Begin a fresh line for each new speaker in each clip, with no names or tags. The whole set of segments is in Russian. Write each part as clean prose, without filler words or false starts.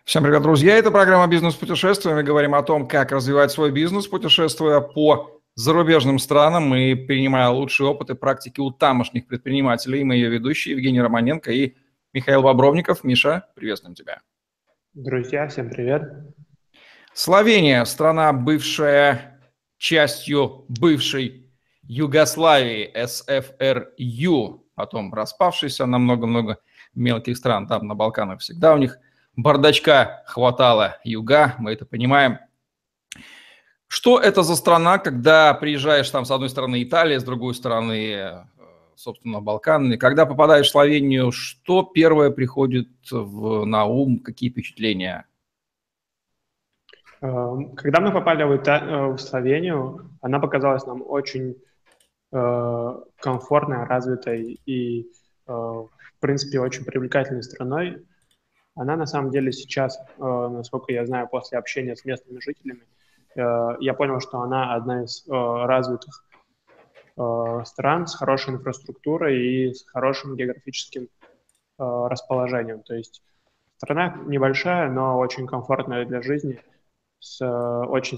Всем привет, друзья! Это программа «Бизнес-путешествия». Мы говорим о том, как развивать свой бизнес, путешествуя по зарубежным странам и принимая лучшие опыты практики у тамошних предпринимателей. Мы ее ведущие Евгений Романенко и Михаил Бобровников. Миша, приветствуем тебя.
Друзья, всем привет.
Словения – страна, бывшая частью бывшей Югославии, СФРЮ, потом распавшейся на много-много мелких стран. Там на Балканах всегда у них бардачка хватало, юга, мы это понимаем. Что это за страна, когда приезжаешь там с одной стороны Италия, с другой стороны, собственно, Балканы. Когда попадаешь в Словению, что первое приходит на ум, какие впечатления?
Когда мы попали в Словению, она показалась нам очень комфортной, развитой и, в принципе, очень привлекательной страной. Она на самом деле сейчас, насколько я знаю, после общения с местными жителями, я понял, что она одна из развитых стран с хорошей инфраструктурой и с хорошим географическим расположением. То есть страна небольшая, но очень комфортная для жизни, с очень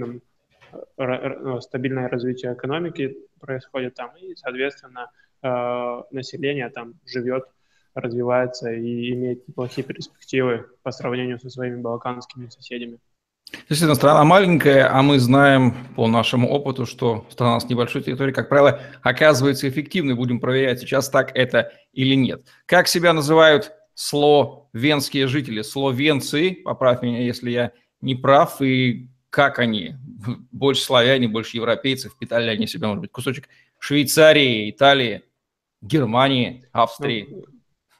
стабильное развитие экономики происходит там, и, соответственно, население там живет, развивается и имеет неплохие перспективы по сравнению со своими балканскими соседями.
Действительно, страна маленькая, а мы знаем по нашему опыту, что страна с небольшой территорией, как правило, оказывается эффективной. Будем проверять сейчас, так это или нет. Как себя называют словенские жители? Словенцы, поправь меня, если я не прав, и как они? Больше славяне, больше европейцев, впитали они в себя, может быть, кусочек Швейцарии, Италии, Германии, Австрии?
Ну,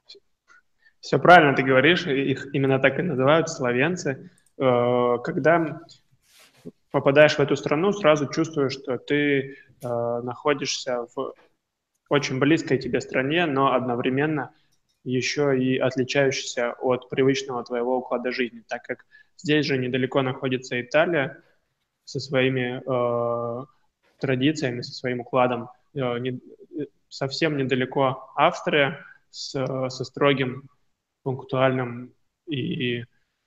все правильно ты говоришь, их именно так и называют, словенцы. Когда попадаешь в эту страну, сразу чувствуешь, что ты находишься в очень близкой тебе стране, но одновременно еще и отличающейся от привычного твоего уклада жизни, так как здесь же недалеко находится Италия со своими традициями, со своим укладом, совсем недалеко Австрия со строгим, пунктуальным и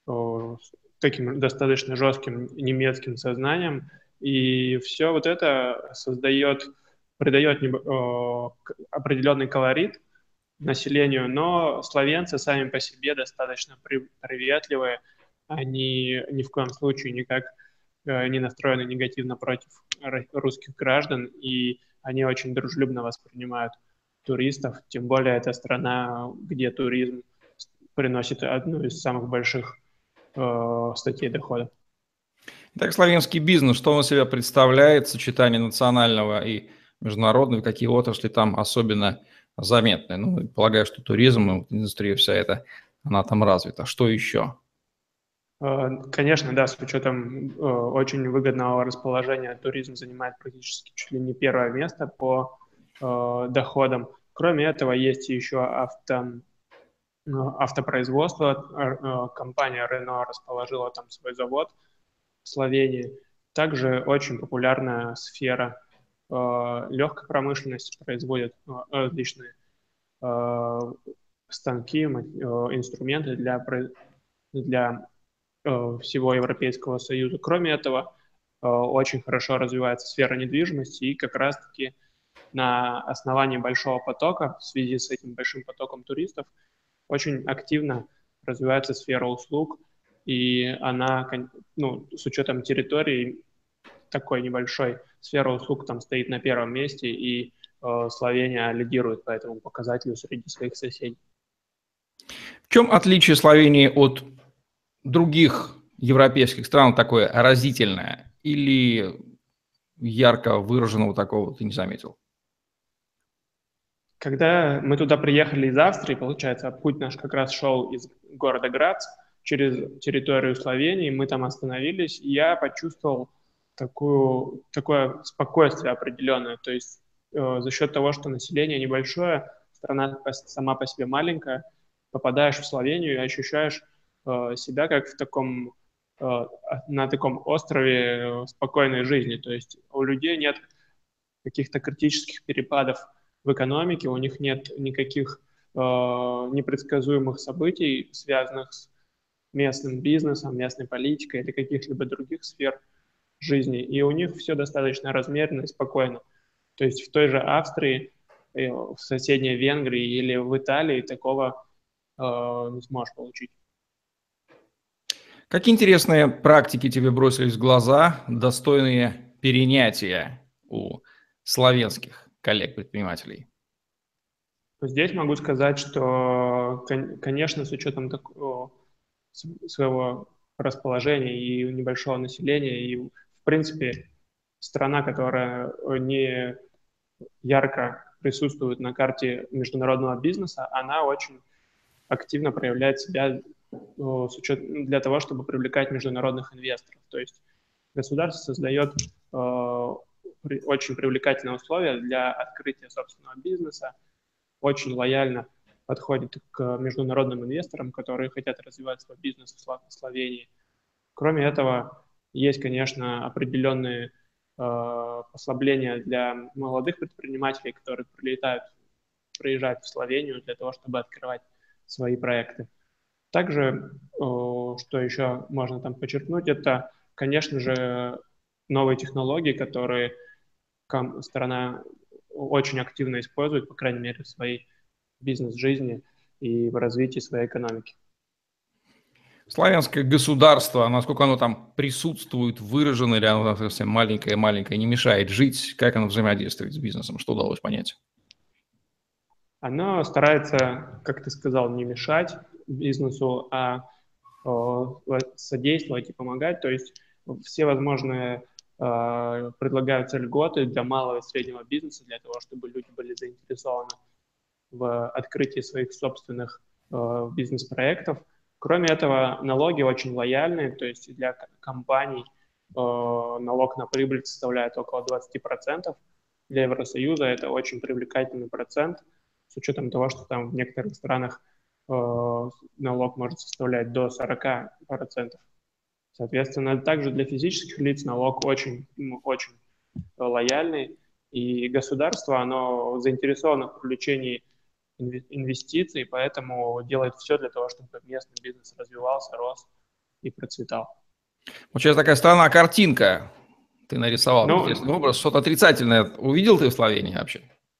таким достаточно жестким немецким сознанием, и все вот это придает определенный колорит населению, но словенцы сами по себе достаточно приветливые, они ни в коем случае никак не настроены негативно против русских граждан, и они очень дружелюбно воспринимают туристов, тем более это страна, где туризм приносит одну из самых больших статей дохода.
Так, славянский бизнес, что он из себя представляет, сочетание национального и международного, какие отрасли там особенно заметны? Ну, полагаю, что туризм, и индустрия вся эта, она там развита. Что еще?
Конечно, да, с учетом очень выгодного расположения туризм занимает практически чуть ли не первое место по доходам. Кроме этого, есть еще автопроизводство. Компания Renault расположила там свой завод в Словении. Также очень популярная сфера легкой промышленности, производят различные станки, инструменты для всего Европейского Союза. Кроме этого, очень хорошо развивается сфера недвижимости, и как раз-таки на основании большого потока, в связи с этим большим потоком туристов, очень активно развивается сфера услуг, и она, ну, с учетом территории такой небольшой, сфера услуг там стоит на первом месте, и Словения лидирует по этому показателю среди своих соседей.
В чем отличие Словении от других европейских стран такое разительное или ярко выраженного такого ты не заметил?
Когда мы туда приехали из Австрии, получается, путь наш как раз шел из города Грац через территорию Словении, мы там остановились, и я почувствовал такое спокойствие определенное. То есть за счет того, что население небольшое, страна сама по себе маленькая, попадаешь в Словению и ощущаешь себя как на таком острове спокойной жизни. То есть у людей нет каких-то критических перепадов в экономике, у них нет никаких непредсказуемых событий, связанных с местным бизнесом, местной политикой или каких-либо других сфер жизни. И у них все достаточно размеренно и спокойно. То есть в той же Австрии, в соседней Венгрии или в Италии такого не сможешь получить.
Какие интересные практики тебе бросились в глаза, достойные перенятия у славянских коллег-предпринимателей?
Здесь могу сказать, что, конечно, с учетом такого своего расположения и небольшого населения, и, в принципе, страна, которая не ярко присутствует на карте международного бизнеса, она очень активно проявляет себя для того, чтобы привлекать международных инвесторов. То есть государство создает очень привлекательные условия для открытия собственного бизнеса, очень лояльно подходит к международным инвесторам, которые хотят развивать свой бизнес в Словении. Кроме этого, есть, конечно, определенные послабления для молодых предпринимателей, которые приезжают в Словению для того, чтобы открывать свои проекты. Также, что еще можно там подчеркнуть, это, конечно же, новые технологии, которые страна очень активно использует, по крайней мере, в своей бизнес-жизни и в развитии своей экономики.
Славянское государство, насколько оно там присутствует, выражено, или оно совсем маленькое-маленькое, не мешает жить, как оно взаимодействует с бизнесом, что удалось понять?
Оно старается, как ты сказал, не мешать бизнесу, а содействовать и помогать. То есть все возможные предлагаются льготы для малого и среднего бизнеса, для того, чтобы люди были заинтересованы в открытии своих собственных бизнес-проектов. Кроме этого, налоги очень лояльные, то есть для компаний налог на прибыль составляет около 20%. Для Евросоюза это очень привлекательный процент, с учетом того, что там в некоторых странах налог может составлять до 40%. Соответственно, также для физических лиц налог очень лояльный, и государство, оно заинтересовано в привлечении инвестиций, поэтому делает все для того, чтобы местный бизнес развивался, рос и процветал.
Получается такая странная картинка. Ты нарисовал интересный
Ну,
образ. Что-то отрицательное увидел ты в Словении вообще?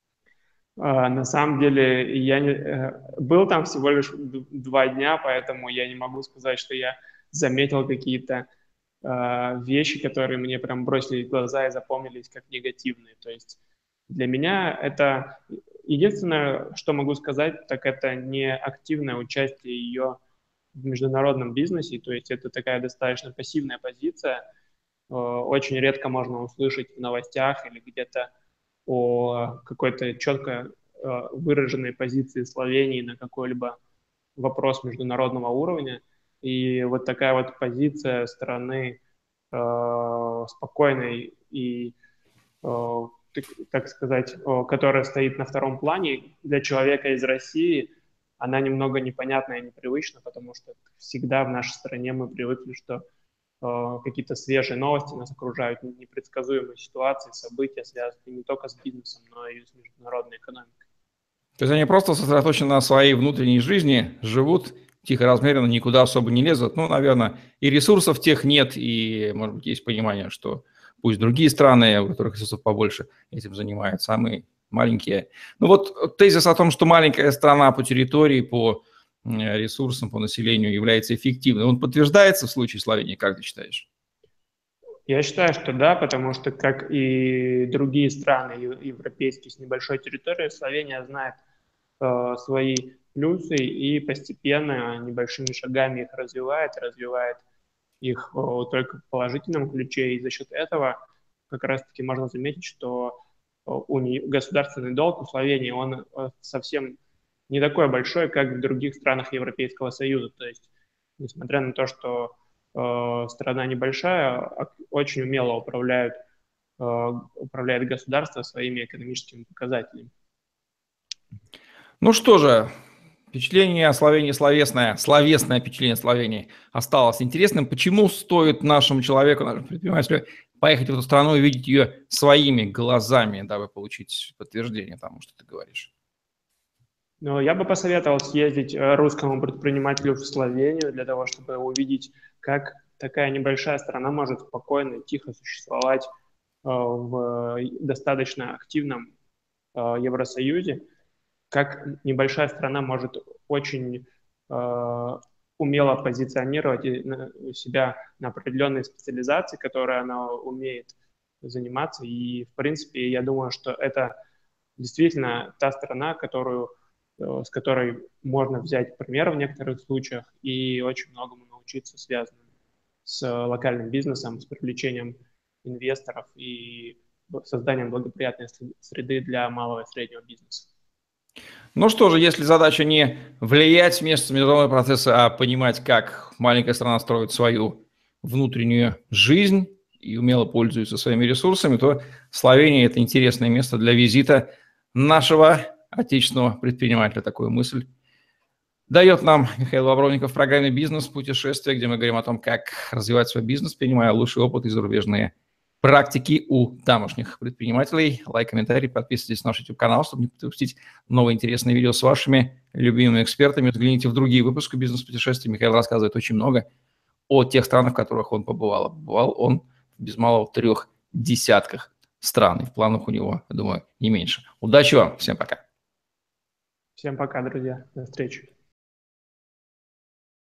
на самом деле, я был там всего лишь 2 дня, поэтому я не могу сказать, что я заметил какие-то вещи, которые мне прям бросились в глаза и запомнились как негативные. То есть для меня это единственное, что могу сказать, так это не активное участие ее в международном бизнесе, то есть это такая достаточно пассивная позиция. Очень редко можно услышать в новостях или где-то о какой-то четко выраженной позиции Словении на какой-либо вопрос международного уровня. И вот такая вот позиция страны спокойной и, так сказать, которая стоит на втором плане для человека из России, она немного непонятна и непривычна, потому что всегда в нашей стране мы привыкли, что какие-то свежие новости нас окружают, непредсказуемые ситуации, события, связанные не только с бизнесом, но и с международной экономикой.
То есть они просто сосредоточены на своей внутренней жизни, живут тихо, размеренно, никуда особо не лезут. Ну, наверное, и ресурсов тех нет, и, может быть, есть понимание, что пусть другие страны, у которых ресурсов побольше, этим занимаются, а мы маленькие. Ну вот тезис о том, что маленькая страна по территории, по ресурсам, по населению является эффективной, он подтверждается в случае Словении, как ты считаешь?
Я считаю, что да, потому что, как и другие страны европейские с небольшой территорией, Словения знает свои плюсы и постепенно, небольшими шагами их развивает их только в положительном ключе. И за счет этого как раз-таки можно заметить, что государственный долг у Словении, он совсем не такой большой, как в других странах Европейского Союза. То есть, несмотря на то, что страна небольшая, очень умело управляет государство своими экономическими показателями.
Ну что же, впечатление о Словении словесное впечатление Словении осталось интересным. Почему стоит нашему человеку, нашему предпринимателю поехать в эту страну и видеть ее своими глазами, дабы получить подтверждение тому, что ты говоришь?
Но я бы посоветовал съездить русскому предпринимателю в Словению для того, чтобы увидеть, как такая небольшая страна может спокойно и тихо существовать в достаточно активном Евросоюзе, как небольшая страна может очень умело позиционировать себя на определенной специализации, которой она умеет заниматься. И, в принципе, я думаю, что это действительно та страна, с которой можно взять пример в некоторых случаях и очень многому научиться, связанным с локальным бизнесом, с привлечением инвесторов и созданием благоприятной среды для малого и среднего бизнеса.
Ну что же, если задача не влиять вместо международного процесса, а понимать, как маленькая страна строит свою внутреннюю жизнь и умело пользуется своими ресурсами, то Словения – это интересное место для визита нашего отечественного предпринимателя. Такую мысль дает нам Михаил Бобровников в программе «Бизнес. Путешествия», где мы говорим о том, как развивать свой бизнес, принимая лучший опыт и зарубежные практики у тамошних предпринимателей. Лайк, комментарий, подписывайтесь на наш YouTube-канал, чтобы не пропустить новые интересные видео с вашими любимыми экспертами. Взгляните в другие выпуски «Бизнес-путешествий». Михаил рассказывает очень много о тех странах, в которых он побывал. Побывал он без малого в 3 десятках стран. И в планах у него, я думаю, не меньше. Удачи вам. Всем пока.
Всем пока, друзья. До встречи.